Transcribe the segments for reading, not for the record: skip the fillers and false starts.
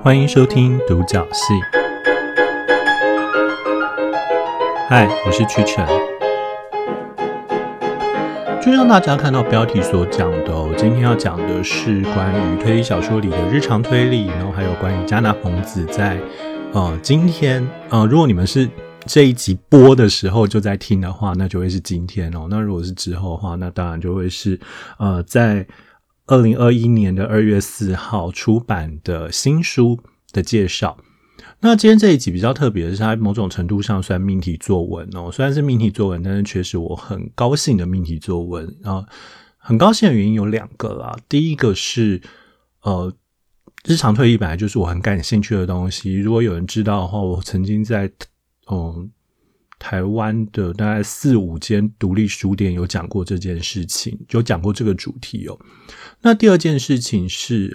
欢迎收听独角戏。嗨，我是屈臣。就像大家看到标题所讲的今天要讲的是关于推理小说里的日常推理，然后还有关于加纳彭子在今天如果你们是这一集播的时候就在听的话，那就会是今天哦。那如果是之后的话，那当然就会是在2021年的2月4号出版的新书的介绍。那今天这一集比较特别的是，它某种程度上算命题作文哦，虽然是命题作文，但是却是我很高兴的命题作文很高兴的原因有两个啦。第一个是日常推理本来就是我很感兴趣的东西，如果有人知道的话，我曾经在台湾的大概4-5间独立书店有讲过这件事情，有讲过这个主题哦。那第二件事情是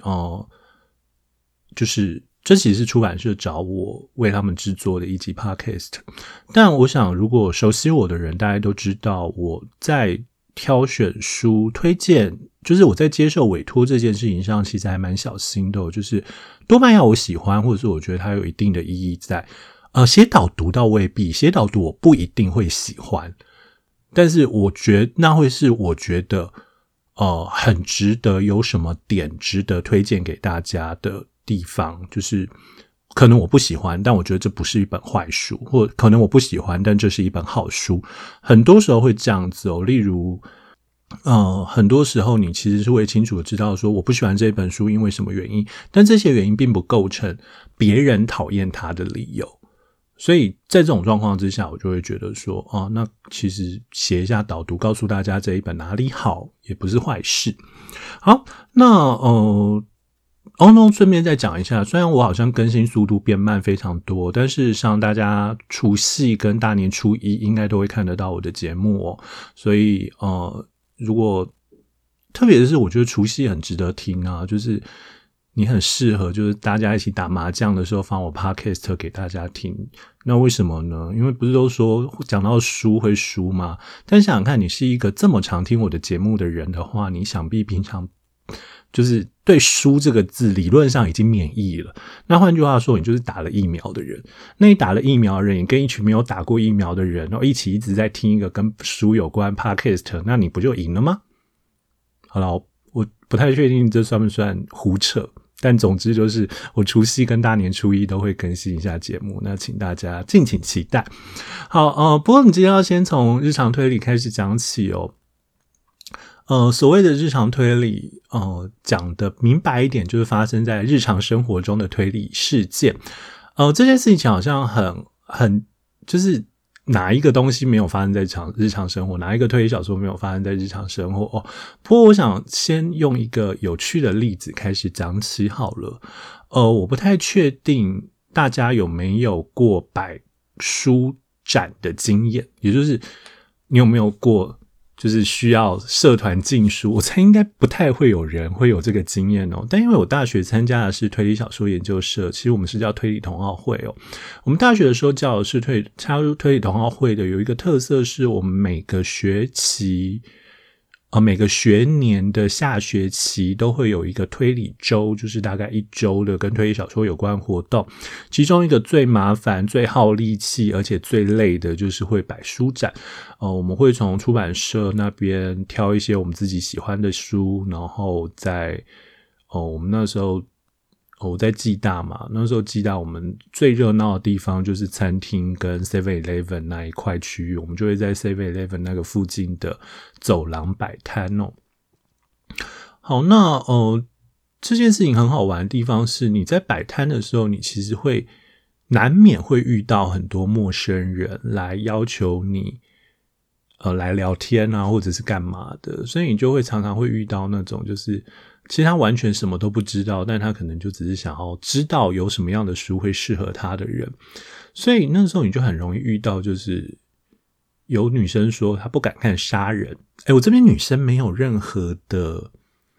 就是这其实是出版社找我为他们制作的一集 podcast， 但我想如果熟悉我的人大家都知道，我在挑选书推荐，就是我在接受委托这件事情上其实还蛮小心的就是多半要我喜欢，或者是我觉得它有一定的意义在。写导读倒未必，写导读我不一定会喜欢，但是我觉得那会是我觉得很值得，有什么点值得推荐给大家的地方，就是可能我不喜欢，但我觉得这不是一本坏书，或可能我不喜欢，但这是一本好书，很多时候会这样子例如很多时候你其实是会清楚的知道说我不喜欢这本书因为什么原因，但这些原因并不构成别人讨厌它的理由。所以在这种状况之下，我就会觉得说那其实写一下导读告诉大家这一本哪里好也不是坏事。好，那顺便再讲一下，虽然我好像更新速度变慢非常多，但事实上大家除夕跟大年初一应该都会看得到我的节目所以如果特别的是我觉得除夕很值得听就是你很适合就是大家一起打麻将的时候放我 podcast 给大家听。那为什么呢？因为不是都说讲到书会输吗？但想想看，你是一个这么常听我的节目的人的话，你想必平常就是对输这个字理论上已经免疫了。那换句话说，你就是打了疫苗的人。那你打了疫苗的人，你跟一群没有打过疫苗的人一起一直在听一个跟书有关 podcast， 那你不就赢了吗？好了，我不太确定这算不算胡扯，但总之就是我除夕跟大年初一都会更新一下节目，那请大家敬请期待。好不过你今天要先从日常推理开始讲起所谓的日常推理讲的明白一点，就是发生在日常生活中的推理事件。这件事情好像很就是哪一个东西没有发生在日常生活，哪一个推理小说没有发生在日常生活不过我想先用一个有趣的例子开始讲起好了。我不太确定大家有没有过摆书展的经验，也就是你有没有过就是需要社团进书，我猜应该不太会有人会有这个经验但因为我大学参加的是推理小说研究社，其实我们是叫推理同好会我们大学的时候叫的是加入推理同好会的有一个特色是我们每个学期每个学年的下学期都会有一个推理周，就是大概1周的跟推理小说有关活动，其中一个最麻烦最耗力气而且最累的就是会摆书展我们会从出版社那边挑一些我们自己喜欢的书，然后在我们那时候我在暨大嘛，那时候暨大我们最热闹的地方就是餐厅跟 7-Eleven 那一块区域，我们就会在 7-Eleven 那个附近的走廊摆摊好，那这件事情很好玩的地方是你在摆摊的时候，你其实会难免会遇到很多陌生人来要求你来聊天或者是干嘛的，所以你就会常常会遇到那种就是其实他完全什么都不知道，但他可能就只是想要知道有什么样的书会适合他的人，所以那时候你就很容易遇到就是有女生说她不敢看杀人我这边女生没有任何的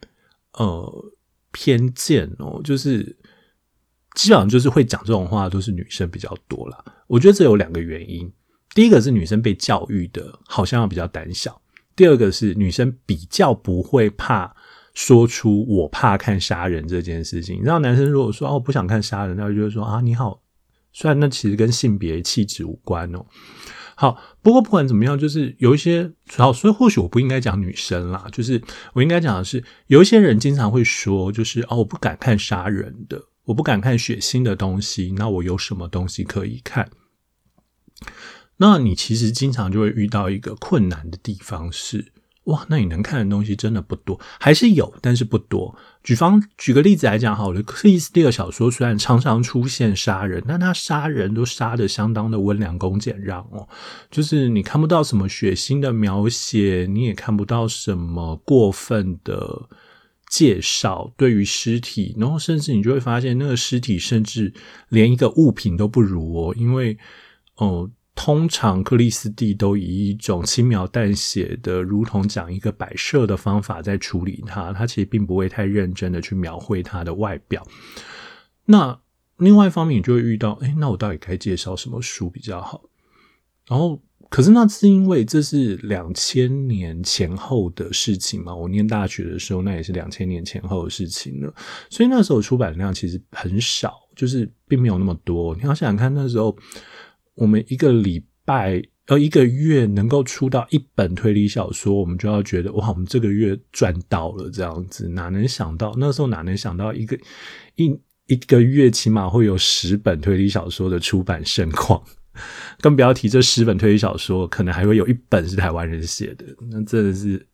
偏见就是基本上就是会讲这种话都是女生比较多啦。我觉得这有2个原因，第一个是女生被教育的好像要比较胆小，第二个是女生比较不会怕说出我怕看杀人这件事情。你知道男生如果说不想看杀人，他就会说你好，虽然那其实跟性别气质无关哦。好，不过不管怎么样，就是有一些所以或许我不应该讲女生啦，就是我应该讲的是，有一些人经常会说，就是我不敢看杀人的，我不敢看血腥的东西，那我有什么东西可以看？那你其实经常就会遇到一个困难的地方是，那你能看的东西真的不多，还是有，但是不多。举个例子来讲好了，克里斯蒂的小说虽然常常出现杀人，但他杀人都杀得相当的温良恭俭让哦，就是你看不到什么血腥的描写，你也看不到什么过分的介绍对于尸体，然后甚至你就会发现那个尸体甚至连一个物品都不如哦，因为通常克里斯蒂都以一种轻描淡写的如同讲一个摆设的方法在处理它，他其实并不会太认真的去描绘它的外表。那另外一方面你就会遇到那我到底该介绍什么书比较好？然后可是那是因为这是2000年前后的事情嘛，我念大学的时候那也是2000年前后的事情了，所以那时候出版量其实很少，就是并没有那么多。你要想想看，那时候我们一个礼拜一个月能够出到1本推理小说，我们就要觉得我们这个月赚到了这样子。那时候哪能想到一个月起码会有10本推理小说的出版盛况，更不要提这10本推理小说可能还会有1本是台湾人写的，那真的是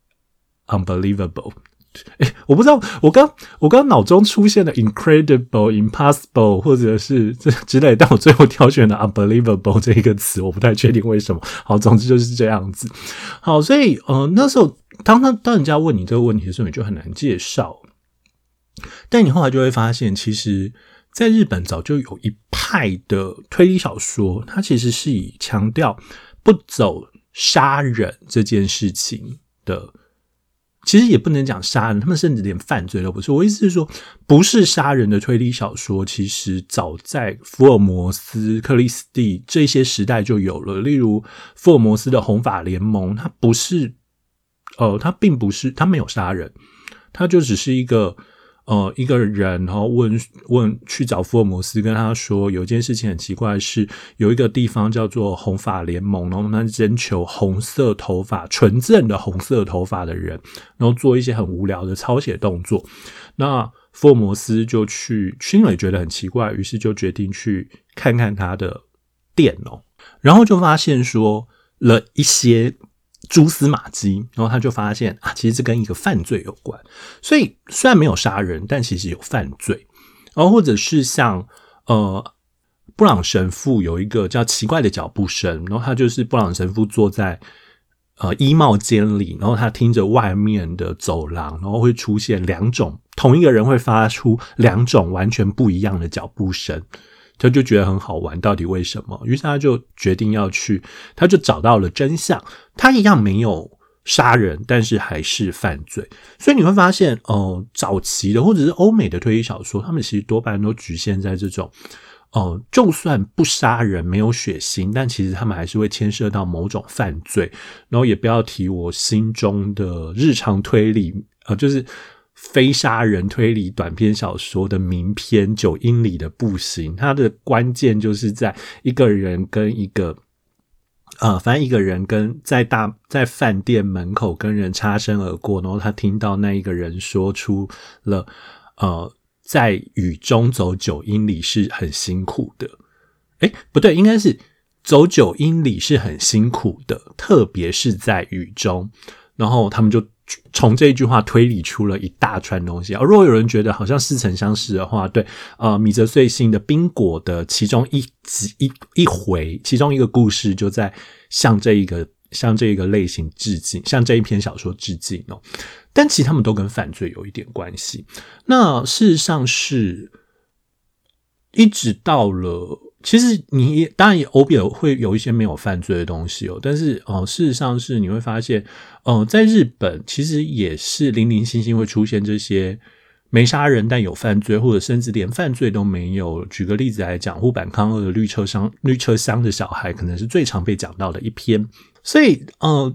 unbelievable。我不知道，我刚脑中出现的 incredible、impossible 或者是这之类，但我最后挑选了 unbelievable 这一个词，我不太确定为什么。好，总之就是这样子。好，所以那时候当人家问你这个问题的时候，你就很难介绍。但你后来就会发现，其实在日本早就有一派的推理小说，它其实是以强调不走杀人这件事情的。其实也不能讲杀人，他们甚至连犯罪都不是。我意思是说，不是杀人的推理小说，其实早在福尔摩斯、克里斯蒂这些时代就有了。例如福尔摩斯的红发联盟，它不是它并不是，它没有杀人，它就只是一个人然后去找福尔摩斯，跟他说有一件事情很奇怪的是，有一个地方叫做红发联盟，然后他征求红色头发纯正的红色头发的人，然后做一些很无聊的抄写动作。那福尔摩斯就心里觉得很奇怪，于是就决定去看看他的店然后就发现说了一些蛛丝马迹，然后他就发现其实这跟一个犯罪有关。所以虽然没有杀人，但其实有犯罪。然后或者是像布朗神父有一个叫奇怪的脚步声，然后他就是布朗神父坐在衣帽间里，然后他听着外面的走廊，然后会出现同一个人会发出2种完全不一样的脚步声。他就觉得很好玩，到底为什么？于是他就决定他就找到了真相。他一样没有杀人，但是还是犯罪。所以你会发现早期的或者是欧美的推理小说，他们其实多半都局限在这种就算不杀人没有血腥，但其实他们还是会牵涉到某种犯罪。然后也不要提我心中的日常推理就是非杀人推理短篇小说的名篇9英里的步行，它的关键就是在一个人跟一个反正一个人在饭店门口跟人擦身而过，然后他听到那一个人说出了在雨中走9英里是很辛苦的。不对，应该是走9英里是很辛苦的，特别是在雨中。然后他们就从这一句话推理出了一大串东西。如果有人觉得好像似曾相识的话，对，米泽穗信的冰果的其中一回，其中一个故事就在向这一个类型致敬，向这一篇小说致敬但其实他们都跟犯罪有一点关系。那事实上是一直到了，其实你当然也偶尔会有一些没有犯罪的东西但是事实上是你会发现在日本其实也是零零星星会出现这些没杀人但有犯罪，或者甚至连犯罪都没有。举个例子来讲，户坂康二的绿车厢的小孩可能是最常被讲到的一篇。所以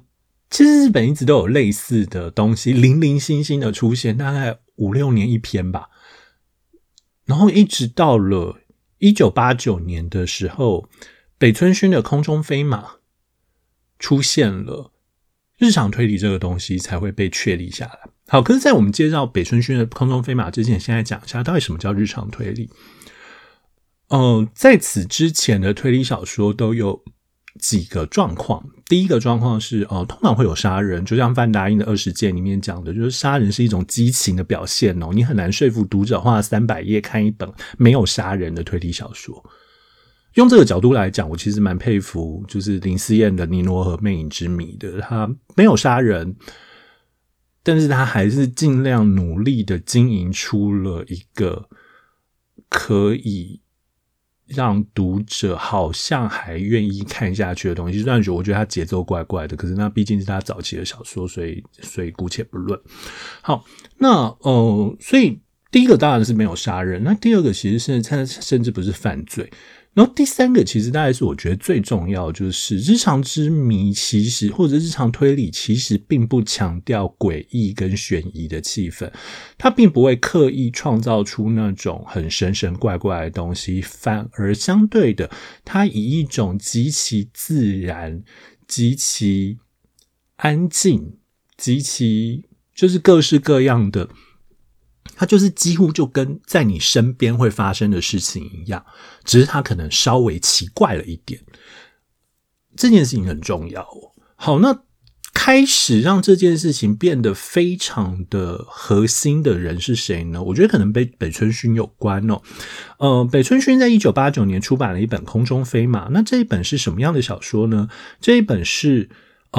其实日本一直都有类似的东西，零零星星的出现，大概5-6年一篇吧。然后一直到了1989年的时候，北村薰的空中飞马出现了，日常推理这个东西才会被确立下来。好，可是在我们介绍北村薰的空中飞马之前，现在讲一下到底什么叫日常推理。在此之前的推理小说都有几个状况。第一个状况是通常会有杀人，就像范达因的20戒里面讲的，就是杀人是一种激情的表现你很难说服读者花了300页看一本没有杀人的推理小说。用这个角度来讲，我其实蛮佩服就是林思燕的《尼罗河魅影之谜》的，他没有杀人，但是他还是尽量努力的经营出了一个可以让读者好像还愿意看下去的东西。虽然我觉得它节奏怪怪的，可是那毕竟是他早期的小说，所以姑且不论。好，那所以第一个当然是没有杀人，那第二个其实它甚至不是犯罪。然后第三个其实大概是我觉得最重要，就是日常之谜其实或者日常推理其实并不强调诡异跟悬疑的气氛，它并不会刻意创造出那种很神神怪怪的东西，反而相对的它以一种极其自然极其安静极其就是各式各样的，它就是几乎就跟在你身边会发生的事情一样，只是它可能稍微奇怪了一点。这件事情很重要好，那开始让这件事情变得非常的核心的人是谁呢？我觉得可能北村薰有关北村薰在1989年出版了一本《空中飞马》，那这一本是什么样的小说呢？这一本是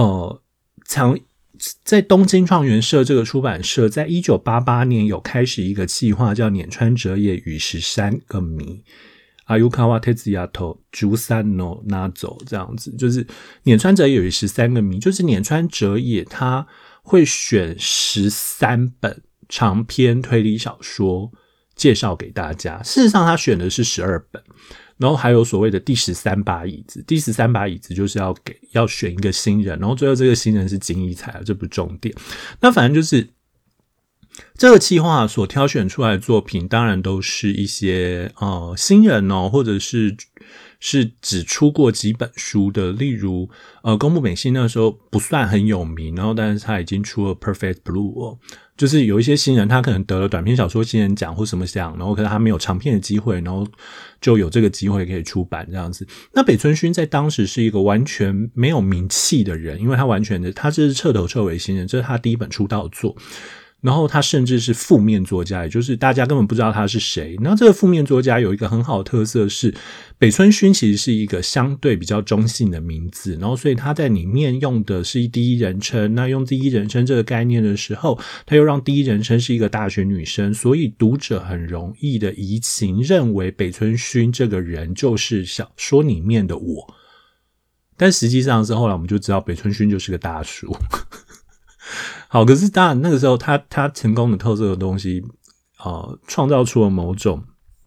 在东京创元社这个出版社在1988年有开始一个计划，叫碾川哲也与13个谜Ayukawa Tetsuya to 13の謎这样子，就是碾川哲也与13个谜，就是碾川哲也他会选13本长篇推理小说介绍给大家，事实上他选的是12本，然后还有所谓的第13把椅子，第13把椅子就是要选一个新人，然后最后这个新人是金一才这不重点。那反正就是这个企划所挑选出来的作品当然都是一些新人或者是只出过几本书的，例如宫部美幸那时候不算很有名，然后但是他已经出了 Perfect Blue 就是有一些新人他可能得了短篇小说新人奖或什么奖，然后可能他没有长篇的机会，然后就有这个机会可以出版这样子。那北村薰在当时是一个完全没有名气的人，因为他是彻头彻尾新人，这是他第一本出道作，然后他甚至是负面作家，也就是大家根本不知道他是谁。那这个负面作家有一个很好的特色是，北村薰其实是一个相对比较中性的名字，然后所以他在里面用的是第一人称，那用第一人称这个概念的时候，他又让第一人称是一个大学女生，所以读者很容易的移情认为北村薰这个人就是小说里面的我，但实际上是后来我们就知道北村薰就是个大叔好，可是当然那个时候他成功的透这个东西创造出了某种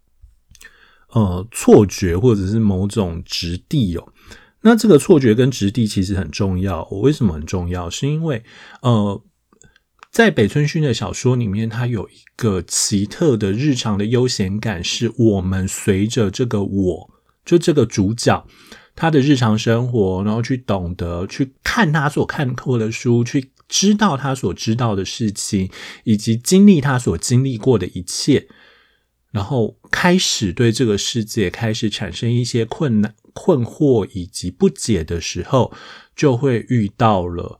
错觉或者是某种质地那这个错觉跟质地其实很重要。为什么很重要？是因为在北村薰的小说里面，它有一个奇特的日常的悠闲感，是我们随着这个就这个主角他的日常生活，然后去懂得去看他所看过的书，去知道他所知道的事情，以及经历他所经历过的一切，然后开始对这个世界开始产生一些困惑以及不解的时候，就会遇到了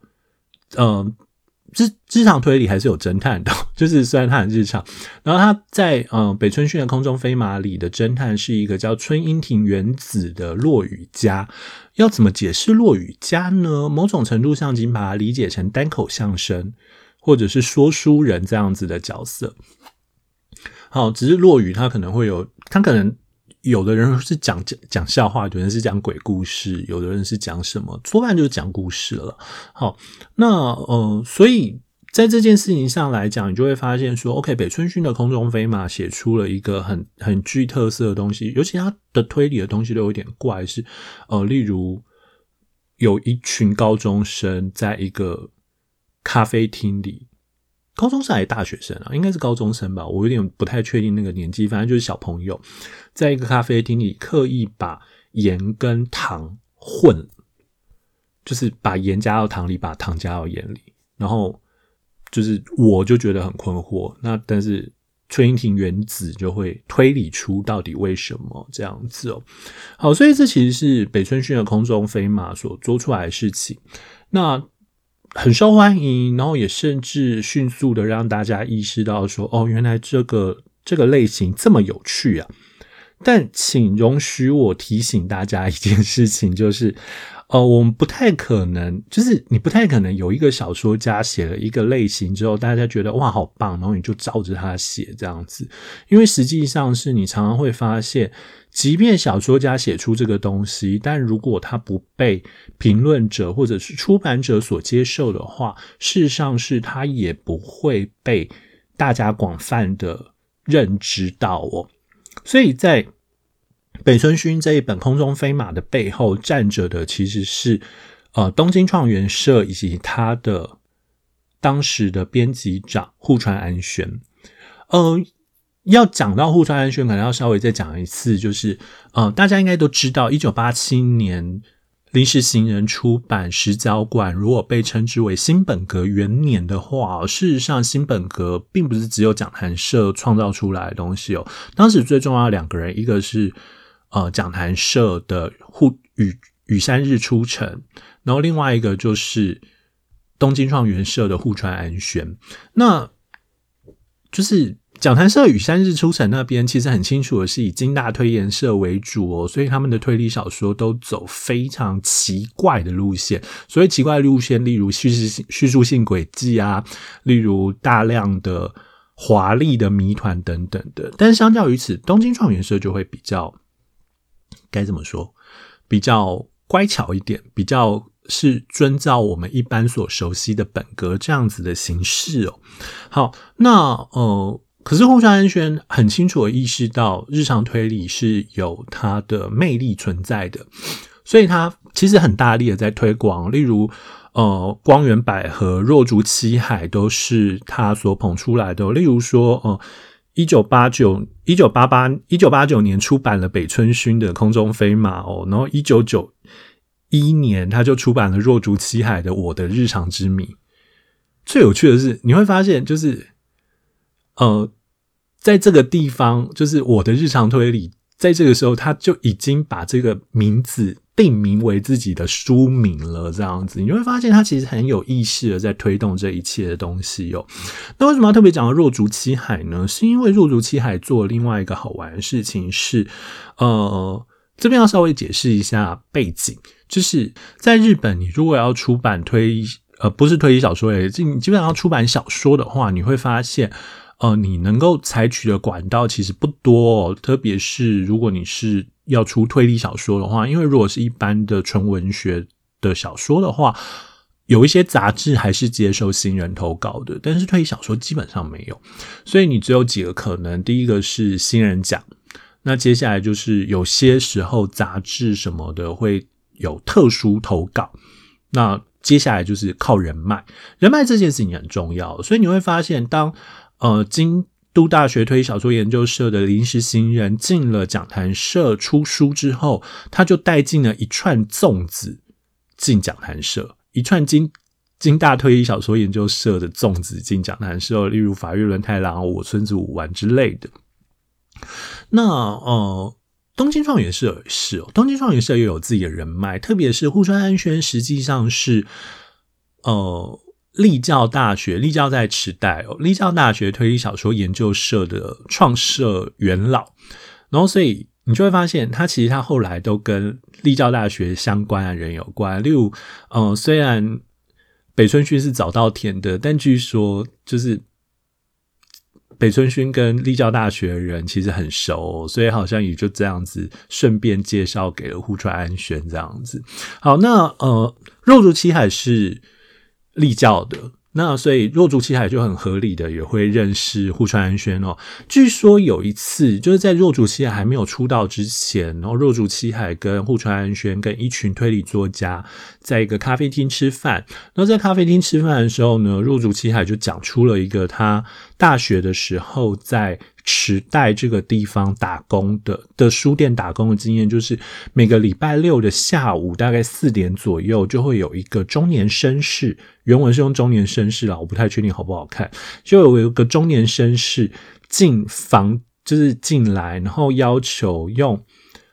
日常推理还是有侦探的，就是虽然它很日常。然后他在北村薰的空中飞马里的侦探是一个叫春樱庭原子的落语家。要怎么解释落语家呢？某种程度上已经把它理解成单口相声或者是说书人这样子的角色。好，只是落语他可能有的人是讲笑话，有的人是讲鬼故事，有的人是讲什么，多半就是讲故事了。好，那所以在这件事情上来讲，你就会发现说 OK， 北村薰的空中飞马写出了一个很具特色的东西，尤其他的推理的东西都有点怪，是例如有一群高中生在一个咖啡厅里，高中生还是大学生啊？应该是高中生吧，我有点不太确定那个年纪，反正就是小朋友，在一个咖啡厅里刻意把盐跟糖混，就是把盐加到糖里，把糖加到盐里，然后就是我就觉得很困惑，那但是崔英庭原子就会推理出到底为什么这样子哦。好，所以这其实是北村薰的空中飞马所做出来的事情，那很受欢迎，然后也甚至迅速的让大家意识到说，哦，原来这个类型这么有趣啊。但请容许我提醒大家一件事情，就是我们不太可能，就是你不太可能有一个小说家写了一个类型之后，大家觉得哇好棒，然后你就照着他写这样子。因为实际上是你常常会发现，即便小说家写出这个东西，但如果他不被评论者或者是出版者所接受的话，事实上是他也不会被大家广泛的认知到哦。所以在北村薰这一本空中飞马的背后站着的其实是东京创原社以及他的当时的编辑长户川安宣。要讲到户川安宣可能要稍微再讲一次，就是大家应该都知道1987年临时行人出版石角馆，如果被称之为新本格元年的话，事实上新本格并不是只有讲谈社创造出来的东西哦。当时最重要的两个人，一个是讲谈社的羽山日出城，然后另外一个就是东京创原社的户川安宣。那就是讲谈社羽山日出城那边其实很清楚的是以京大推研社为主哦，所以他们的推理小说都走非常奇怪的路线。所以奇怪的路线例如叙述性轨迹啊，例如大量的华丽的谜团等等的。但是相较于此，东京创原社就会比较该怎么说，比较乖巧一点，比较是遵照我们一般所熟悉的本格这样子的形式哦。好，那可是户川安宣很清楚的意识到日常推理是有它的魅力存在的，所以他其实很大力的在推广，例如光源百合、若竹七海都是他所捧出来的。例如说1989年出版了北村薰的空中飞马哦，然后1991年他就出版了若竹七海的我的日常之谜。最有趣的是你会发现就是在这个地方，就是我的日常推理，在这个时候他就已经把这个名字定名为自己的书名了，这样子你就会发现他其实很有意识的在推动这一切的东西哦。那为什么要特别讲到若竹七海呢？是因为若竹七海做了另外一个好玩的事情是这边要稍微解释一下背景，就是在日本你如果要出版不是推理小说，你基本上要出版小说的话，你会发现你能够采取的管道其实不多哦，特别是如果你是要出推理小说的话，因为如果是一般的纯文学的小说的话，有一些杂志还是接受新人投稿的，但是推理小说基本上没有，所以你只有几个可能，第一个是新人奖，那接下来就是有些时候杂志什么的会有特殊投稿，那接下来就是靠人脉这件事情很重要，所以你会发现当京都大学推理小说研究社的临时行人进了讲谈社出书之后，他就带进了一串粽子进讲谈社，一串京大推理小说研究社的粽子进讲谈社，例如法月轮太郎、我村子武丸之类的。那东京创原社也是哦，东京创原社也有自己的人脉，特别是户川安宣实际上是立教大学，立教在池袋哦，立教大学推理小说研究社的创社元老，然后所以你就会发现他其实他后来都跟立教大学相关的人有关，例如虽然北村薰是早稻田的，但据说就是北村薰跟立教大学的人其实很熟，所以好像也就这样子顺便介绍给了户川安宣这样子。好，那若竹七海是立教的， 那所以若竹七海就很合理的也会认识户川安轩哦。据说有一次就是在若竹七海还没有出道之前，然后若竹七海跟户川安轩跟一群推理作家在一个咖啡厅吃饭，然后在咖啡厅吃饭的时候呢，若竹七海就讲出了一个他大学的时候在池袋这个地方打工的书店打工的经验，就是每个礼拜六的下午大概4点左右就会有一个中年绅士，原文是用中年绅士啦，我不太确定好不好看，就有一个中年绅士进房，就是进来，然后要求用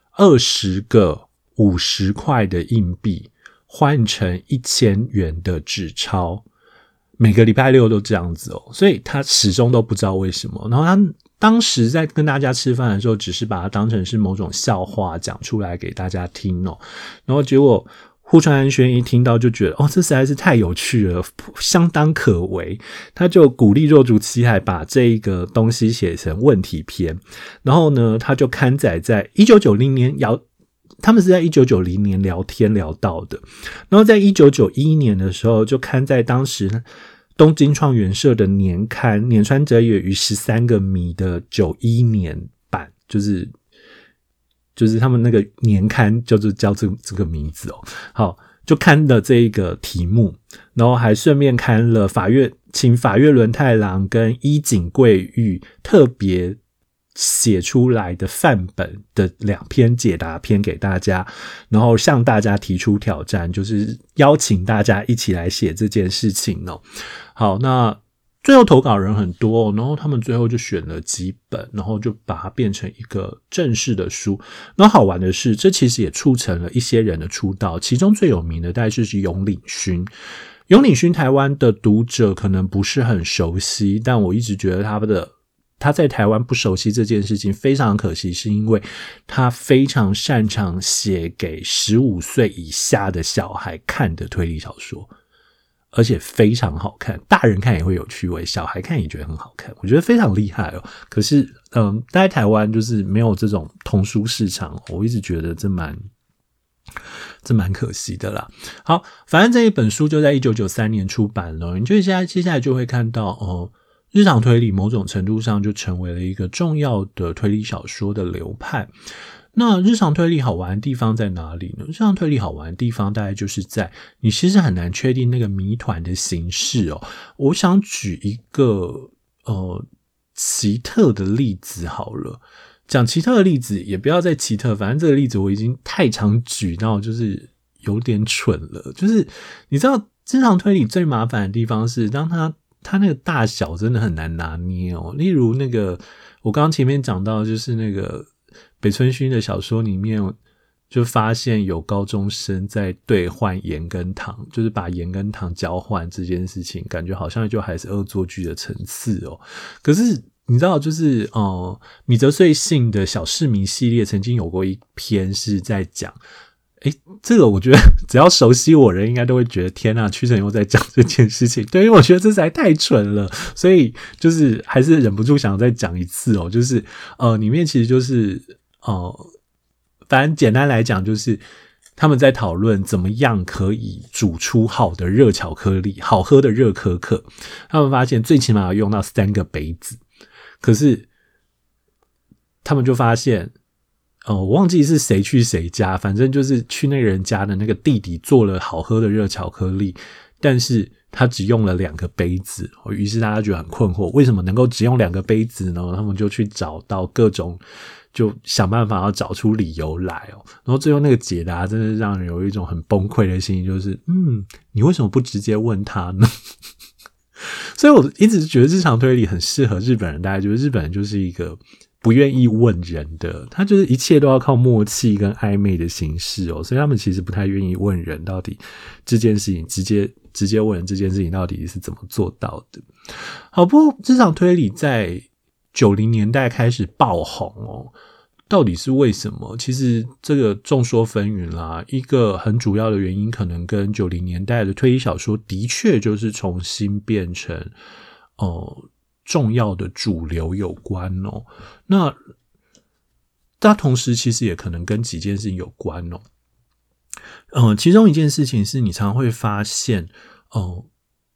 20个50块的硬币换成1000元的纸钞，每个礼拜六都这样子哦，所以他始终都不知道为什么。然后他当时在跟大家吃饭的时候，只是把它当成是某种笑话讲出来给大家听哦。然后结果户川安轩一听到就觉得这实在是太有趣了，相当可为，他就鼓励若竹七海把这一个东西写成问题篇，然后呢他就刊载在1990年他们是在1990年聊天聊到的，然后在1991年的时候就刊在当时东京创原社的年刊《年川哲也与13个谜》的91年版，就是他们那个年刊叫这个名字哦。好，就刊了这一个题目，然后还顺便刊了请法月轮太郎跟伊井贵玉特别写出来的范本的2篇解答篇给大家，然后向大家提出挑战，就是邀请大家一起来写这件事情哦。好，那最后投稿人很多，然后他们最后就选了几本，然后就把它变成一个正式的书。然后好玩的是，这其实也促成了一些人的出道，其中最有名的大概就是永岭勋。永岭勋台湾的读者可能不是很熟悉，但我一直觉得他在台湾不熟悉这件事情非常可惜，是因为他非常擅长写给15岁以下的小孩看的推理小说，而且非常好看，大人看也会有趣味，小孩看也觉得很好看，我觉得非常厉害哦。可是在台湾就是没有这种童书市场，我一直觉得这蛮可惜的啦。好，反正这一本书就在1993年出版了，你就接下来就会看到日常推理某种程度上就成为了一个重要的推理小说的流派。那日常推理好玩的地方在哪里呢？日常推理好玩的地方大概就是在你其实很难确定那个谜团的形式哦。我想举一个奇特的例子好了，讲奇特的例子也不要再奇特，反正这个例子我已经太常举到就是有点蠢了。就是你知道日常推理最麻烦的地方是当它那个大小真的很难拿捏哦。例如那个我刚刚前面讲到就是那个北村薰的小说里面就发现有高中生在兑换盐跟糖，就是把盐跟糖交换这件事情，感觉好像就还是恶作剧的层次哦。可是你知道就是米泽穗信的小市民系列曾经有过一篇是在讲这个我觉得只要熟悉我人应该都会觉得天啊，屈臣又在讲这件事情。对，因为我觉得这实在太蠢了，所以就是还是忍不住想再讲一次哦。就是里面其实就是反正简单来讲就是他们在讨论怎么样可以煮出好的热巧克力，好喝的热可可。他们发现最起码要用到3个杯子，可是他们就发现我忘记是谁去谁家，反正就是去那个人家的那个弟弟做了好喝的热巧克力，但是他只用了2个杯子，于是大家觉得很困惑，为什么能够只用2个杯子呢？他们就去找到各种，就想办法要找出理由来哦。然后最后那个解答真的让人有一种很崩溃的心情，就是你为什么不直接问他呢？所以我一直觉得日常推理很适合日本人，大概就是日本人就是一个不愿意问人的，他就是一切都要靠默契跟暧昧的形式哦，所以他们其实不太愿意问人到底这件事情，直接问人这件事情到底是怎么做到的。好，不过日常推理在90年代开始爆红哦，到底是为什么？其实这个众说纷纭啦，一个很主要的原因可能跟90年代的推理小说的确就是重新变成重要的主流有关哦。那它同时其实也可能跟几件事情有关哦。其中一件事情是你常会发现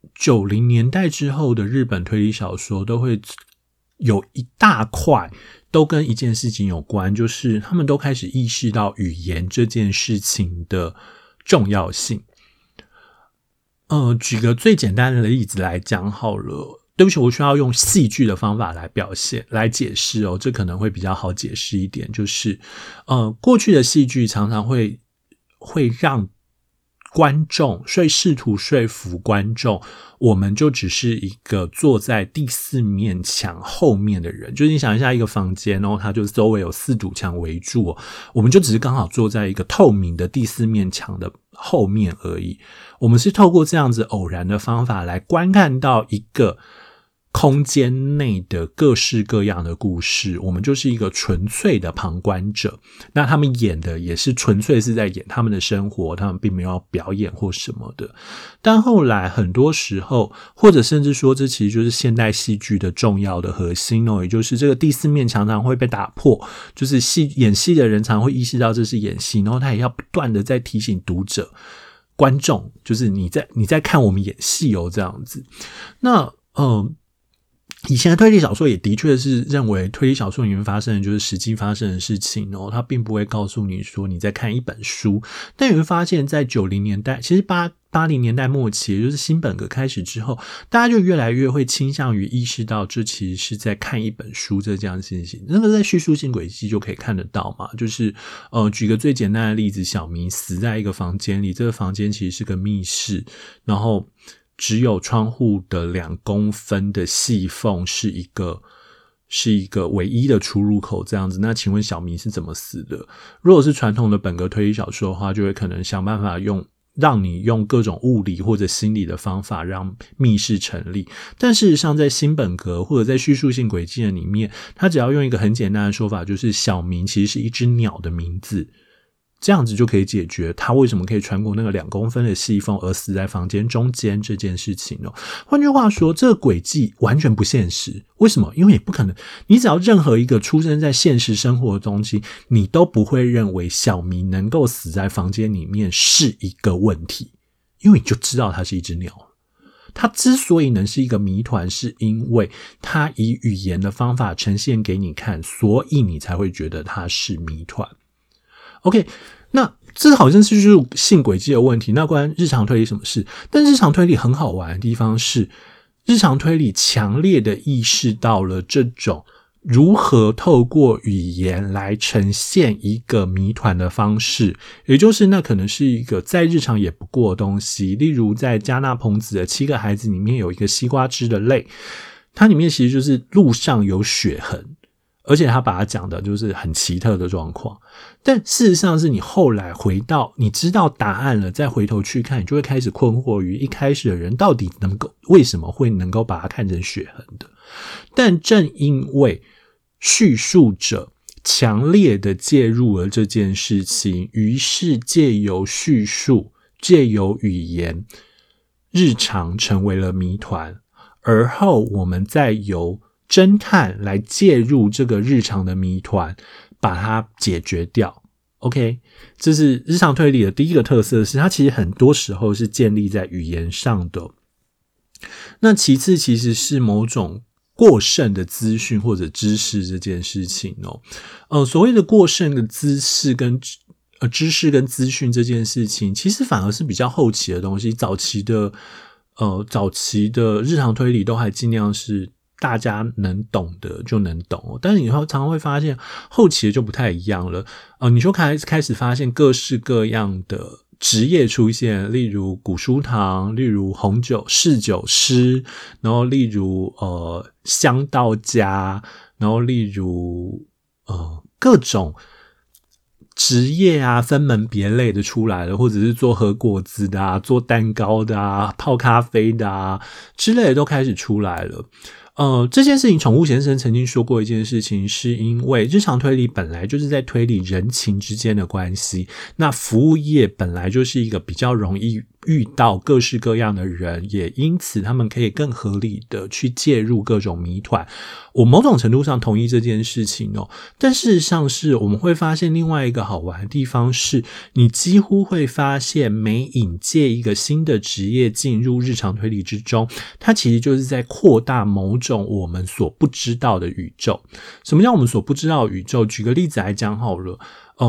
90年代之后的日本推理小说都会有一大块都跟一件事情有关，就是他们都开始意识到语言这件事情的重要性。举个最简单的例子来讲好了，对不起，我需要用戏剧的方法来表现来解释哦，这可能会比较好解释一点，就是过去的戏剧常常会让观众试图说服观众，我们就只是一个坐在第4面墙后面的人，就是你想一下一个房间哦，它就周围有4堵墙围住哦，我们就只是刚好坐在一个透明的第4面墙的后面而已。我们是透过这样子偶然的方法来观看到一个空间内的各式各样的故事，我们就是一个纯粹的旁观者。那他们演的也是纯粹是在演他们的生活，他们并没有表演或什么的。但后来很多时候，或者甚至说这其实就是现代戏剧的重要的核心哦，也就是这个第4面常常会被打破，就是演戏的人常会意识到这是演戏，然后他也要不断的在提醒读者观众，就是你在看我们演戏哦，这样子。那以前的推理小说也的确是认为推理小说里面发生的就是实际发生的事情哦，它并不会告诉你说你在看一本书。但你会发现在90年代，其实80年代末期，也就是新本格开始之后，大家就越来越会倾向于意识到这其实是在看一本书这样的事情。那个在叙述性轨迹就可以看得到嘛，就是举个最简单的例子，小明死在一个房间里，这个房间其实是个密室，然后只有窗户的2公分的细缝是一个唯一的出入口这样子。那请问小明是怎么死的？如果是传统的本格推理小说的话，就会可能想办法让你用各种物理或者心理的方法让密室成立。但事实上在新本格或者在叙述性轨迹的里面，它只要用一个很简单的说法，就是小明其实是一只鸟的名字，这样子就可以解决他为什么可以穿过那个2公分的细缝而死在房间中间这件事情哦。换句话说，这个轨迹完全不现实。为什么？因为也不可能，你只要任何一个出生在现实生活的东西，你都不会认为小明能够死在房间里面是一个问题，因为你就知道它是一只鸟。它之所以能是一个谜团，是因为它以语言的方法呈现给你看，所以你才会觉得它是谜团。OK， 那这好像是就是性轨迹的问题，那关日常推理什么事？但日常推理很好玩的地方是，日常推理强烈的意识到了这种如何透过语言来呈现一个谜团的方式，也就是那可能是一个再日常也不过的东西。例如在加纳彭子的7个孩子里面有一个西瓜汁的泪，它里面其实就是路上有血痕，而且他把它讲的就是很奇特的状况。但事实上是你后来回到你知道答案了，再回头去看，你就会开始困惑于一开始的人到底为什么会能够把它看成血痕的。但正因为叙述者强烈的介入了这件事情，于是借由叙述，借由语言，日常成为了谜团，而后我们再由侦探来介入这个日常的谜团，把它解决掉。OK， 这是日常推理的第一个特色，是它其实很多时候是建立在语言上的。那其次其实是某种过剩的资讯或者知识这件事情哦。所谓的过剩的知识跟资讯这件事情，其实反而是比较后期的东西。早期的日常推理都还尽量是大家能懂的就能懂哦，但是你常常会发现后期的就不太一样了。你就开始发现各式各样的职业出现，例如古书堂，例如侍酒师，然后例如香道家，然后例如各种职业啊，分门别类的出来了，或者是做和果子的啊，做蛋糕的啊，泡咖啡的啊之类的都开始出来了。这件事情宠物先生曾经说过一件事情，是因为日常推理本来就是在推理人情之间的关系，那服务业本来就是一个比较容易遇到各式各样的人，也因此他们可以更合理的去介入各种谜团。我某种程度上同意这件事情哦，但事实上是我们会发现另外一个好玩的地方是，你几乎会发现每引介一个新的职业进入日常推理之中，它其实就是在扩大某种我们所不知道的宇宙。什么叫我们所不知道的宇宙？举个例子来讲好了，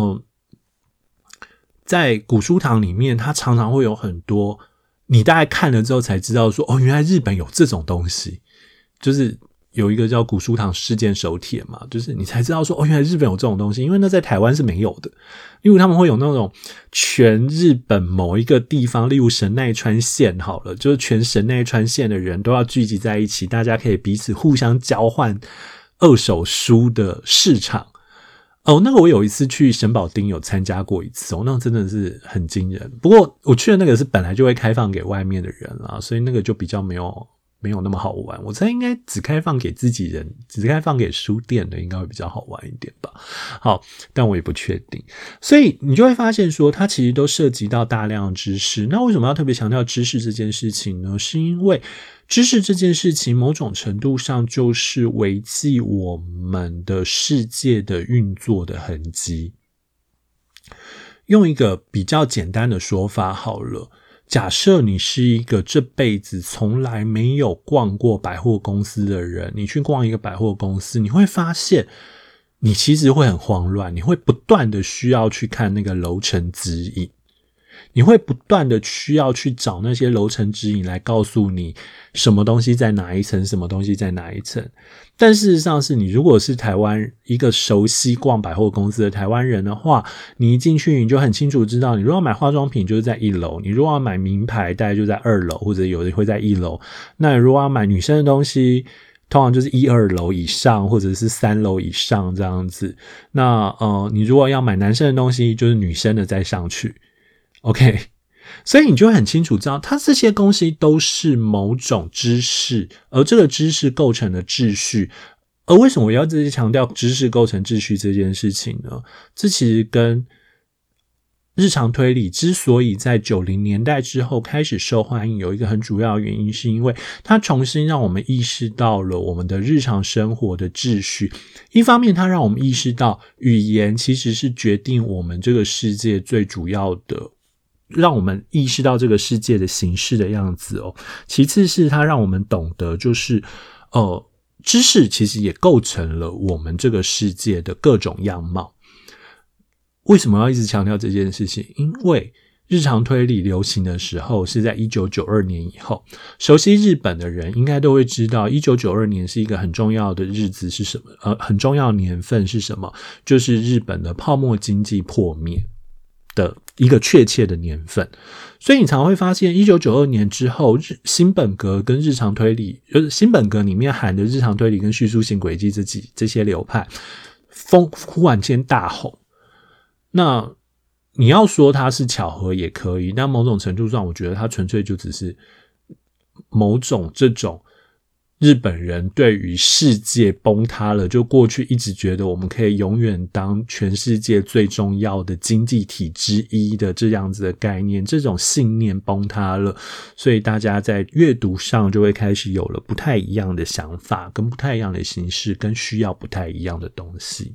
在古书堂里面，它常常会有很多你大概看了之后才知道说，原来日本有这种东西，就是有一个叫古书堂事件手帖嘛，就是你才知道说，原来日本有这种东西，因为那在台湾是没有的，因为他们会有那种全日本某一个地方，例如神奈川县好了，就是全神奈川县的人都要聚集在一起，大家可以彼此互相交换二手书的市场。那个我有一次去神保町有参加过一次那个真的是很惊人。不过我去的那个是本来就会开放给外面的人啦，所以那个就比较没有那么好玩。我猜应该只开放给自己人，只开放给书店的应该会比较好玩一点吧。好，但我也不确定。所以你就会发现说，它其实都涉及到大量的知识。那为什么要特别强调知识这件事情呢？是因为知识这件事情某种程度上就是维系我们的世界的运作的痕迹。用一个比较简单的说法好了，假设你是一个这辈子从来没有逛过百货公司的人，你去逛一个百货公司，你会发现你其实会很慌乱，你会不断的需要去看那个楼层指引，你会不断的需要去找那些楼层指引来告诉你什么东西在哪一层，什么东西在哪一层。但事实上是，你如果是台湾一个熟悉逛百货公司的台湾人的话，你一进去你就很清楚知道，你如果要买化妆品就是在1楼，你如果要买名牌大概就在2楼，或者有的会在1楼。那你如果要买女生的东西，通常就是1、2楼以上，或者是3楼以上这样子。那你如果要买男生的东西，就是女生的再上去。OK， 所以你就会很清楚知道，它这些东西都是某种知识，而这个知识构成了秩序。而为什么我要这些强调知识构成秩序这件事情呢？这其实跟日常推理之所以在90年代之后开始受欢迎有一个很主要的原因，是因为它重新让我们意识到了我们的日常生活的秩序。一方面它让我们意识到语言其实是决定我们这个世界最主要的，让我们意识到这个世界的形式的样子哦。其次是它让我们懂得就是知识其实也构成了我们这个世界的各种样貌。为什么要一直强调这件事情？因为日常推理流行的时候是在1992年以后，熟悉日本的人应该都会知道1992年是一个很重要的日子是什么，很重要的年份是什么，就是日本的泡沫经济破灭的一个确切的年份。所以你常会发现1992年之后，新本格跟日常推理，就是新本格里面含的日常推理跟叙述性轨迹这些流派忽然间大红。那你要说它是巧合也可以，但某种程度上我觉得它纯粹就只是某种这种日本人对于世界崩塌了，就过去一直觉得我们可以永远当全世界最重要的经济体之一的这样子的概念，这种信念崩塌了，所以大家在阅读上就会开始有了不太一样的想法，跟不太一样的形式，跟需要不太一样的东西。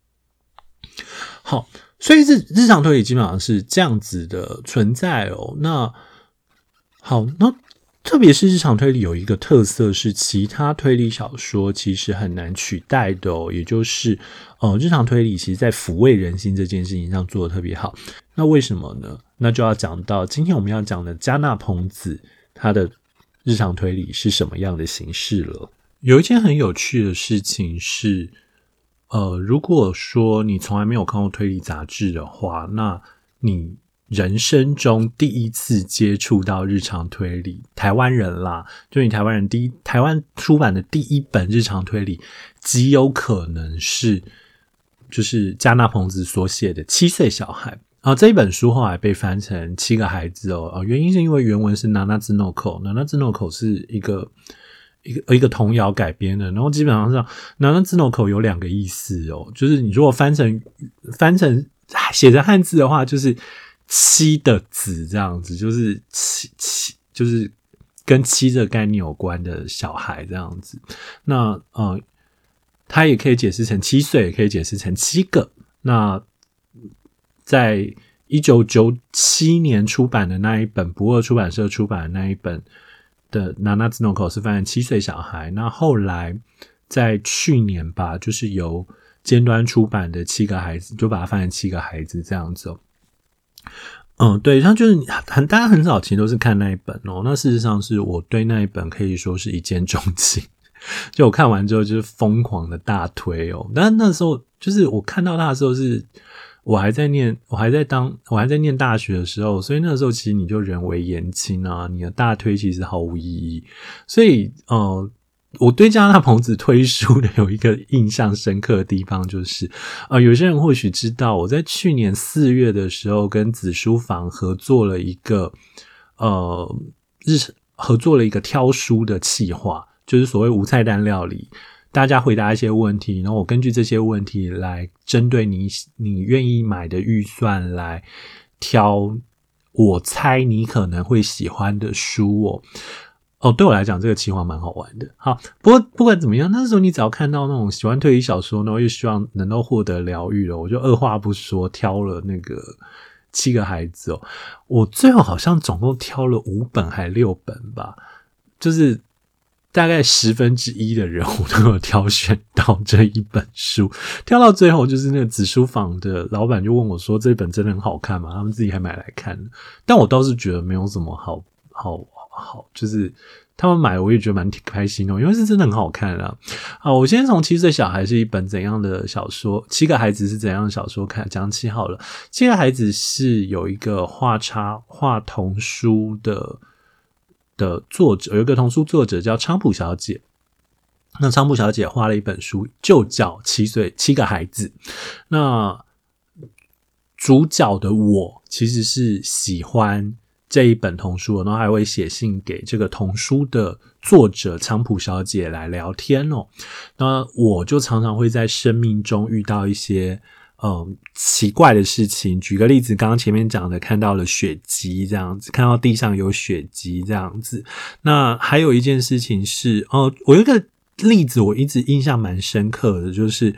好，所以日常推理基本上是这样子的存在哦。那好，那特别是日常推理有一个特色是其他推理小说其实很难取代的哦，也就是日常推理其实在抚慰人心这件事情上做得特别好。那为什么呢？那就要讲到今天我们要讲的加纳彭子他的日常推理是什么样的形式了。有一件很有趣的事情是如果说你从来没有看过推理杂志的话，那你人生中第一次接触到日常推理，台湾人啦，就你台湾人台湾出版的第一本日常推理，极有可能是就是加纳彭子所写的7岁小孩。这一本书後來被翻成7個孩子哦，原因是因为原文是7つの子，7つの子是一个童谣改编的，然后基本上7つの子有2个意思哦，就是你如果翻成写成汉字的话，就是妻的子这样子，就是妻就是跟妻这个概念有关的小孩这样子。那它也可以解释成7岁，也可以解释成7个。那在1997年出版的那一本，不二出版社出版的那一本的7つの子是翻译7岁小孩。那后来在去年吧，就是由尖端出版的7个孩子，就把它翻成7个孩子这样子对，它就是大家很早其实都是看那一本那事实上是我对那一本可以说是一见钟情，就我看完之后就是疯狂的大推但那时候就是我看到它的时候是我还在念大学的时候，所以那时候其实你就人微言轻啊，你的大推其实毫无意义，所以我对加拿大彭子推书的有一个印象深刻的地方就是有些人或许知道我在去年4月的时候跟子书房合作了一个挑书的企划，就是所谓无菜单料理，大家回答一些问题，然后我根据这些问题来针对你愿意买的预算来挑我猜你可能会喜欢的书对我来讲这个企划蛮好玩的。好，不管怎么样，那时候你只要看到那种喜欢推理小说，然后又希望能够获得疗愈了，我就二话不说挑了那个7个孩子我最后好像总共挑了5本还6本吧，就是大概1/10的人我都有挑选到这一本书，挑到最后就是那个子书房的老板就问我说这本真的很好看吗？他们自己还买来看，但我倒是觉得没有什么好，就是他们买我也觉得蛮开心因为是真的很好看啊。好，我先从7岁小孩是一本怎样的小说，7个孩子是怎样的小说讲起好了。7个孩子是有一个画童书的作者，有一个童书作者叫昌普小姐。那昌普小姐画了一本书就叫7个孩子。那主角的我其实是喜欢这一本童书然后还会写信给这个童书的作者昌普小姐来聊天那我就常常会在生命中遇到一些奇怪的事情，举个例子，刚刚前面讲的看到了血迹这样子，看到地上有血迹这样子。那还有一件事情是我有一个例子我一直印象蛮深刻的，就是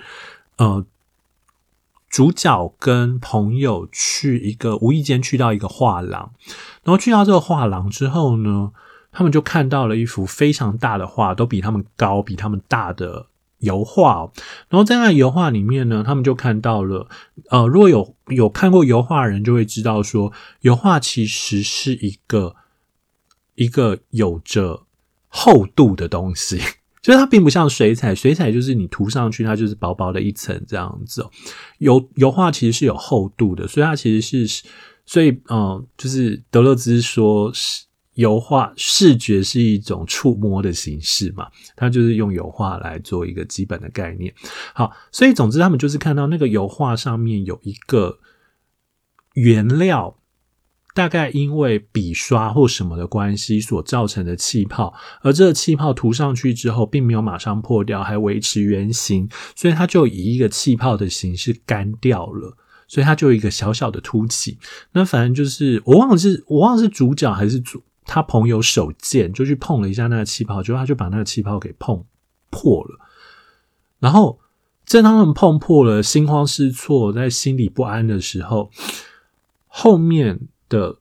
主角跟朋友无意间去到一个画廊，然后去到这个画廊之后呢，他们就看到了一幅非常大的画，都比他们高比他们大的油画然后在那油画里面呢，他们就看到了如果有看过油画的人就会知道说，油画其实是一个有着厚度的东西，就是它并不像水彩就是你涂上去它就是薄薄的一层这样子油画其实是有厚度的，所以它其实是就是德勒兹说油画视觉是一种触摸的形式嘛，它就是用油画来做一个基本的概念。好，所以总之他们就是看到那个油画上面有一个原料大概因为笔刷或什么的关系所造成的气泡，而这个气泡涂上去之后并没有马上破掉，还维持原形，所以它就以一个气泡的形式干掉了，所以它就有一个小小的凸起。那反正就是我忘了是主角还是他朋友手贱就去碰了一下那个气泡，结果他就把那个气泡给碰破了。然后正当他们碰破了，心慌失措，在心里不安的时候，后面的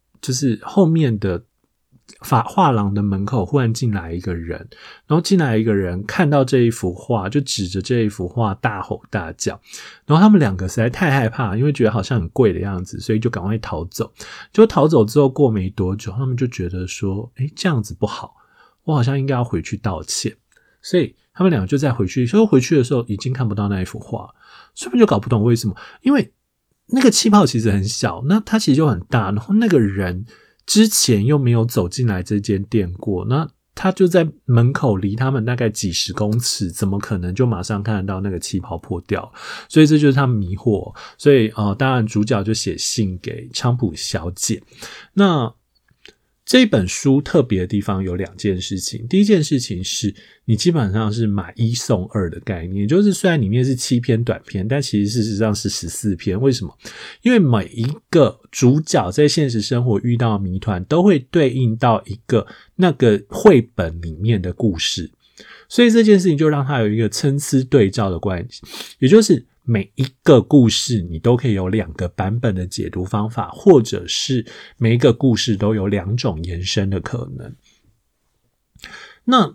画廊的门口忽然进来一个人，然后进来一个人看到这一幅画就指着这一幅画大吼大叫，然后他们两个实在太害怕，因为觉得好像很贵的样子，所以就赶快逃走。就逃走之后过没多久，他们就觉得说这样子不好，我好像应该要回去道歉，所以他们两个就再回去，所以回去的时候已经看不到那一幅画，所以他们就搞不懂为什么，因为那个气泡其实很小，那它其实就很大，然后那个人之前又没有走进来这间店过，那他就在门口离他们大概几十公尺，怎么可能就马上看得到那个气泡破掉？所以这就是他们迷惑。所以当然主角就写信给昌普小姐。那这本书特别的地方有2件事情。第一件事情是你基本上是买1送2的概念，也就是虽然里面是7篇短篇，但其实事实上是14篇。为什么？因为每一个主角在现实生活遇到的谜团都会对应到一个那个绘本里面的故事，所以这件事情就让它有一个参差对照的关系，也就是每一个故事你都可以有2个版本的解读方法，或者是每一个故事都有2种延伸的可能。那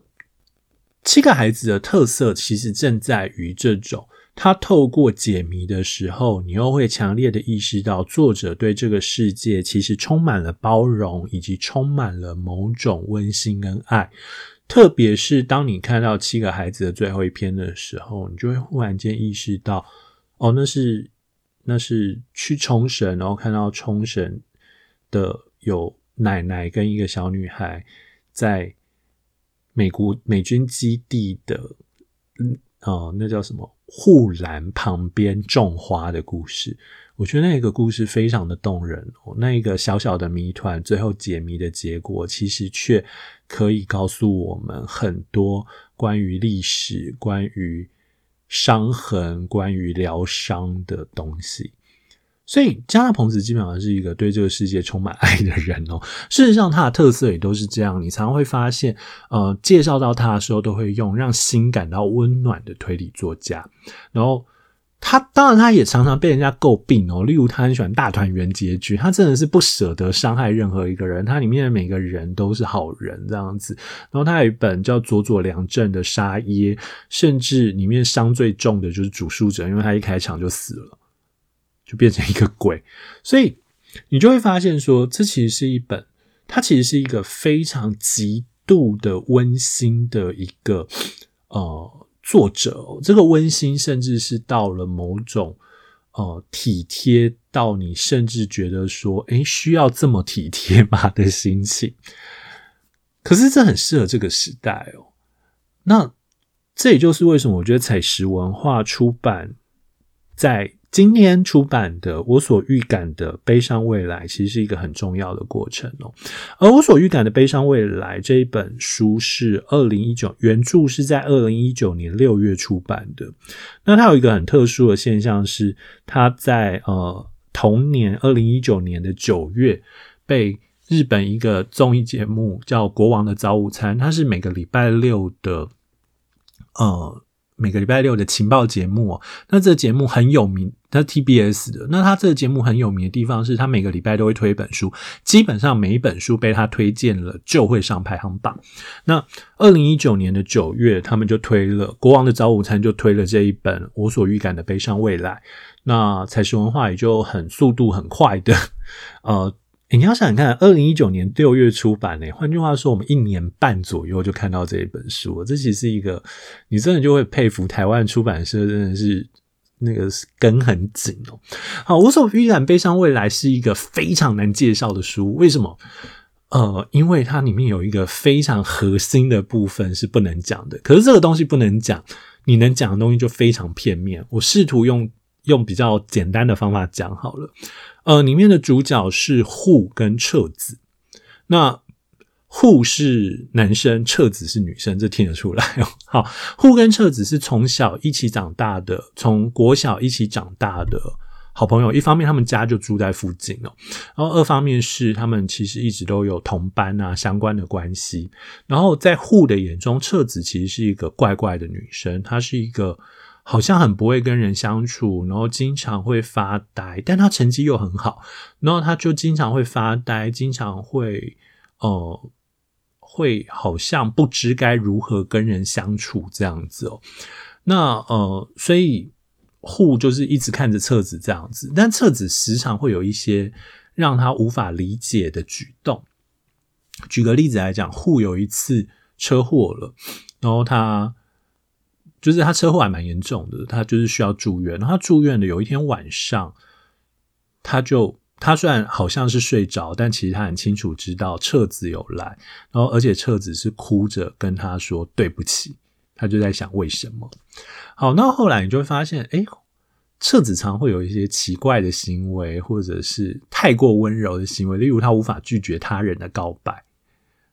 7个孩子的特色其实正在于这种，他透过解谜的时候，你又会强烈的意识到作者对这个世界其实充满了包容，以及充满了某种温馨跟爱。特别是当你看到7个孩子的最后一篇的时候，你就会忽然间意识到，那是去冲绳，然后看到冲绳的有奶奶跟一个小女孩在美军基地的那叫什么护栏旁边种花的故事。我觉得那个故事非常的动人那一个小小的谜团最后解谜的结果，其实却可以告诉我们很多关于历史、关于伤痕、关于疗伤的东西。所以加纳彭子基本上是一个对这个世界充满爱的人事实上他的特色也都是这样，你常常会发现介绍到他的时候都会用让心感到温暖的推理作家。然后当然他也常常被人家诟病例如他很喜欢大团圆结局，他真的是不舍得伤害任何一个人，他里面的每个人都是好人这样子。然后他有一本叫佐佐良正的沙耶，甚至里面伤最重的就是主述者，因为他一开场就死了，就变成一个鬼。所以你就会发现说，这其实是一本，它其实是一个非常极度的温馨的一个作者这个温馨甚至是到了某种体贴到你甚至觉得说需要这么体贴吗的心情。可是这很适合这个时代那这也就是为什么我觉得采石文化出版在今天出版的我所预感的悲伤未来其实是一个很重要的过程而我所预感的悲伤未来这一本书是原著是在2019年6月出版的。那它有一个很特殊的现象是，它在同年2019年的9月被日本一个综艺节目叫国王的早午餐，它是每个礼拜六的情报节目那这个节目很有名，它是 TBS 的。那它这个节目很有名的地方是，它每个礼拜都会推一本书，基本上每一本书被它推荐了就会上排行榜。那2019年的9月，他们就推了国王的早午餐，就推了这一本我所预感的悲伤未来。那采石文化也就很速度很快的你要想想看2019年6月出版换句话说我们1年半左右就看到这一本书这其实是一个你真的就会佩服台湾出版社真的是那个跟很紧好，我所预感悲伤未来是一个非常难介绍的书，为什么？因为它里面有一个非常核心的部分是不能讲的，可是这个东西不能讲，你能讲的东西就非常片面。我试图用比较简单的方法讲好了。里面的主角是户跟彻子，那户是男生，彻子是女生，这听得出来好，户跟彻子是从小一起长大的，从国小一起长大的好朋友。一方面他们家就住在附近然后二方面是他们其实一直都有同班相关的关系。然后在户的眼中，彻子其实是一个怪怪的女生，她是一个好像很不会跟人相处，然后经常会发呆，但他成绩又很好，然后他就经常会发呆，经常会好像不知该如何跟人相处这样子那所以户就是一直看着彻子这样子，但彻子时常会有一些让他无法理解的举动。举个例子来讲，户有一次车祸了，然后他车祸还蛮严重的，他就是需要住院。然后他住院的有一天晚上，他虽然好像是睡着，但其实他很清楚知道彻子有来，然后而且彻子是哭着跟他说对不起，他就在想为什么。好，那后来你就会发现彻子常会有一些奇怪的行为，或者是太过温柔的行为，例如他无法拒绝他人的告白。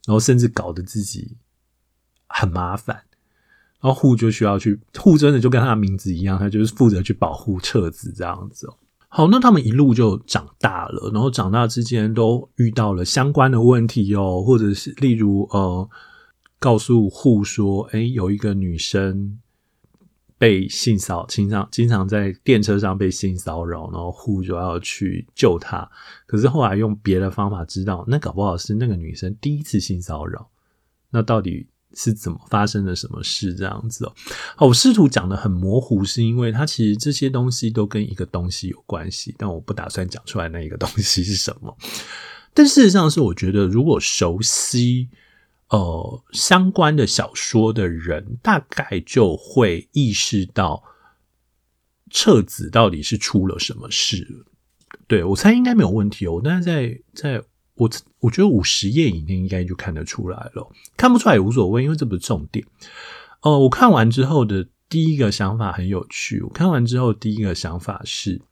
然后甚至搞得自己很麻烦。然后户就需要户真的就跟他的名字一样，他就是负责去保护彻子这样子。好，那他们一路就长大了，然后长大之间都遇到了相关的问题哦，或者是例如告诉户说，有一个女生被性骚扰，经常在电车上被性骚扰，然后户就要去救她。可是后来用别的方法知道，那搞不好是那个女生第一次性骚扰，那到底是怎么发生了什么事这样子哦。好，我试图讲得很模糊，是因为它其实这些东西都跟一个东西有关系，但我不打算讲出来那一个东西是什么。但事实上是我觉得如果熟悉相关的小说的人，大概就会意识到彻子到底是出了什么事了。对，我猜应该没有问题哦，但是在我觉得50页以内应该就看得出来了，看不出来也无所谓，因为这不是重点。我看完之后的第一个想法很有趣，我看完之后第一个想法是，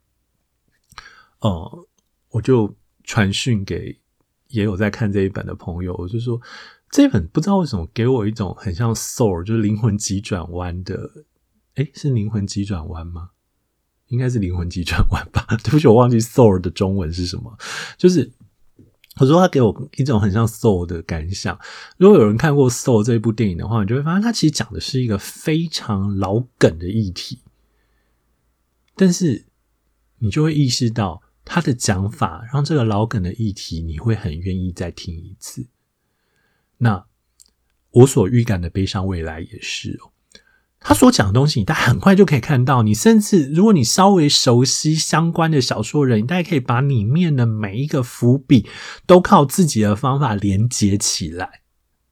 我就传讯给也有在看这一本的朋友，我就说这一本不知道为什么给我一种很像 Soul， 就是灵魂急转弯的，是灵魂急转弯吗？应该是灵魂急转弯吧，对不起，我忘记 Soul 的中文是什么，就是我说他给我一种很像 Soul 的感想。如果有人看过 Soul 这一部电影的话，你就会发现它其实讲的是一个非常老梗的议题，但是你就会意识到他的讲法让这个老梗的议题你会很愿意再听一次。那我所预感的悲伤未来也是哦，他所讲的东西你大概很快就可以看到，你甚至如果你稍微熟悉相关的小说人，你大概可以把里面的每一个伏笔都靠自己的方法连接起来。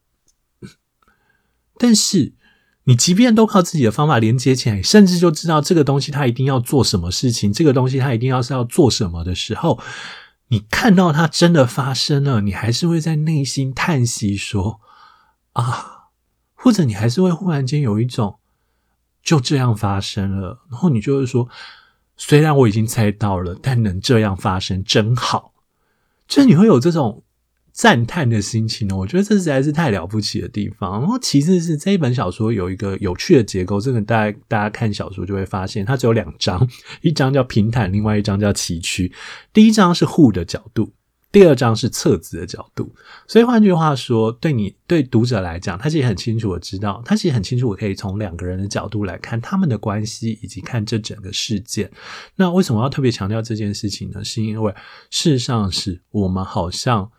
但是你即便都靠自己的方法连接起来，甚至就知道这个东西它一定要做什么事情，这个东西它一定要做什么的时候，你看到它真的发生了，你还是会在内心叹息说啊，或者你还是会忽然间有一种就这样发生了，然后你就会说虽然我已经猜到了，但能这样发生真好，就是你会有这种赞叹的心情呢。我觉得这实在是太了不起的地方。然后其次是这一本小说有一个有趣的结构，这个大家看小说就会发现它只有2章，一章叫平坦，另外一章叫崎岖。第一章是户的角度，第2章是彻子的角度。所以换句话说，对读者来讲，他其实很清楚的知道，他其实很清楚我可以从2个人的角度来看他们的关系以及看这整个事件。那为什么要特别强调这件事情呢？是因为事实上是我们好像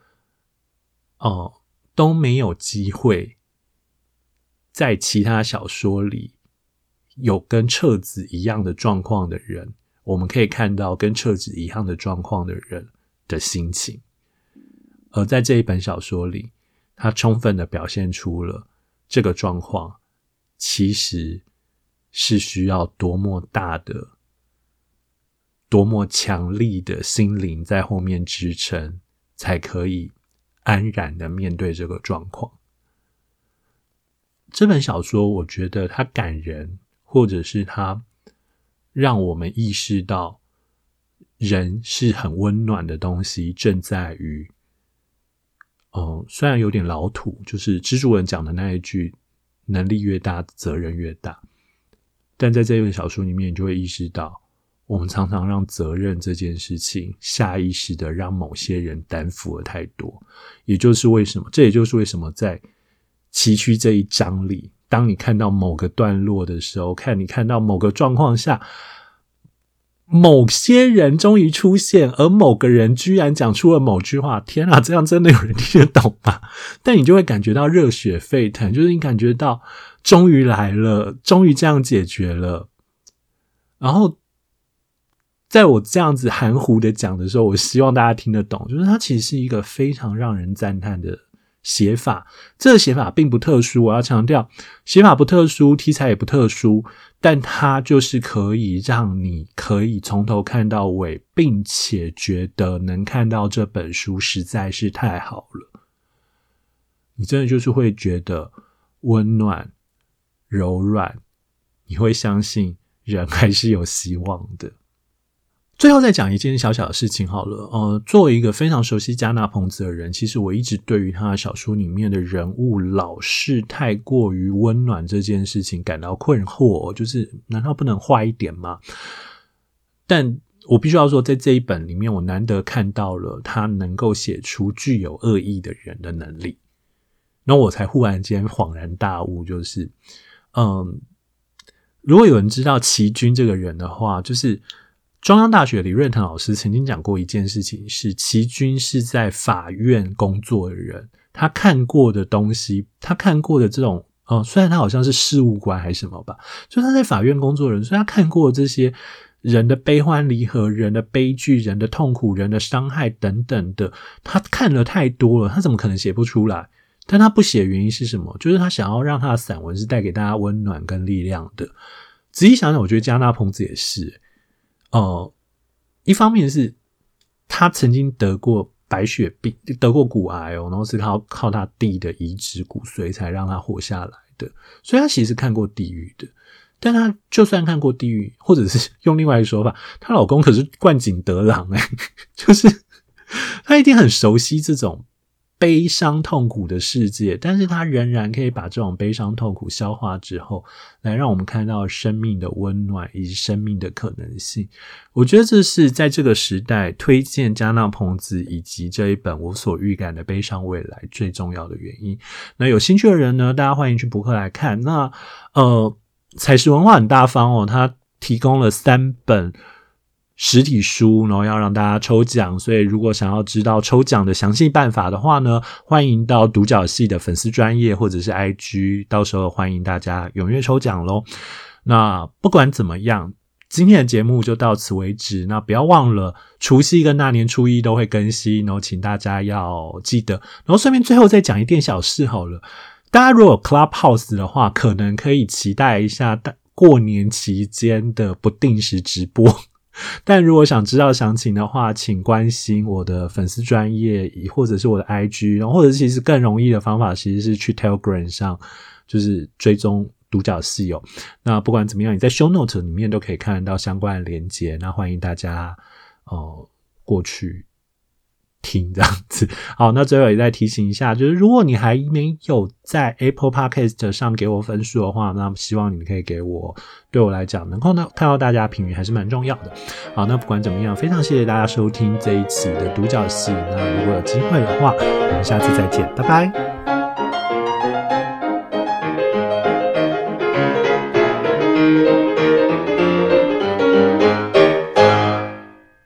都没有机会在其他小说里有跟彻子一样的状况的人，我们可以看到跟彻子一样的状况的人的心情。而在这一本小说里，他充分的表现出了这个状况其实是需要多么大的多么强力的心灵在后面支撑，才可以安然的面对这个状况。这本小说我觉得它感人，或者是它让我们意识到人是很温暖的东西，正在于虽然有点老土，就是蜘蛛人讲的那一句能力越大责任越大，但在这本小说里面你就会意识到，我们常常让责任这件事情下意识的让某些人担负了太多。这也就是为什么在崎岖这一章里，当你看到某个段落的时候，你看到某个状况下某些人终于出现，而某个人居然讲出了某句话，天啊，这样真的有人听得懂吗？但你就会感觉到热血沸腾，就是你感觉到终于来了，终于这样解决了。然后在我这样子含糊的讲的时候，我希望大家听得懂，就是它其实是一个非常让人赞叹的写法。这个写法并不特殊，我要强调，写法不特殊，题材也不特殊，但它就是可以让你可以从头看到尾，并且觉得能看到这本书实在是太好了。你真的就是会觉得温暖柔软，你会相信人还是有希望的。 最后再讲一件小小的事情好了，作为一个非常熟悉加纳彭子的人，其实我一直对于他的小说里面的人物老是太过于温暖这件事情感到困惑，就是难道不能坏一点吗？但我必须要说，在这一本里面，我难得看到了他能够写出具有恶意的人的能力，然后我才忽然间恍然大悟，就是如果有人知道齐军这个人的话，就是中央大学李瑞腾老师曾经讲过一件事情，是齐军是在法院工作的人，他看过的东西，他看过的这种虽然他好像是事务官还是什么吧，就他在法院工作的人，所以他看过这些人的悲欢离合，人的悲剧，人的痛苦，人的伤害等等的，他看了太多了，他怎么可能写不出来？但他不写的原因是什么？就是他想要让他的散文是带给大家温暖跟力量的。仔细想想，我觉得加纳彭子也是一方面是他曾经得过白血病，得过骨癌然后是靠他弟的移植骨髓才让他活下来的，所以他其实看过地狱的。但他就算看过地狱，或者是用另外一个说法，她老公可是冠景德朗就是他一定很熟悉这种悲伤痛苦的世界，但是他仍然可以把这种悲伤痛苦消化之后，来让我们看到生命的温暖以及生命的可能性。我觉得这是在这个时代推荐加纳彭子以及这一本我所预感的悲伤未来最重要的原因。那有兴趣的人呢，大家欢迎去博客来看。那采石文化很大方他提供了3本实体书，然后要让大家抽奖，所以如果想要知道抽奖的详细办法的话呢，欢迎到独角戏的粉丝专页或者是 IG， 到时候欢迎大家踊跃抽奖咯。那不管怎么样，今天的节目就到此为止，那不要忘了除夕跟大年初一都会更新，然后请大家要记得。然后顺便最后再讲一件小事好了，大家如果有 Clubhouse 的话，可能可以期待一下过年期间的不定时直播。但如果想知道详情的话，请关心我的粉丝专页或者是我的 IG， 然后或者其实更容易的方法其实是去 Telegram 上就是追踪独角戏那不管怎么样，你在 Show Note 里面都可以看得到相关的连结，那欢迎大家过去听这样子。好，那最后也再提醒一下，就是如果你还没有在 Apple Podcast 上给我分数的话，那希望你可以给我，对我来讲能够看到大家评语还是蛮重要的。好，那不管怎么样，非常谢谢大家收听这一期的独角戏，那如果有机会的话，我们下次再见，拜拜。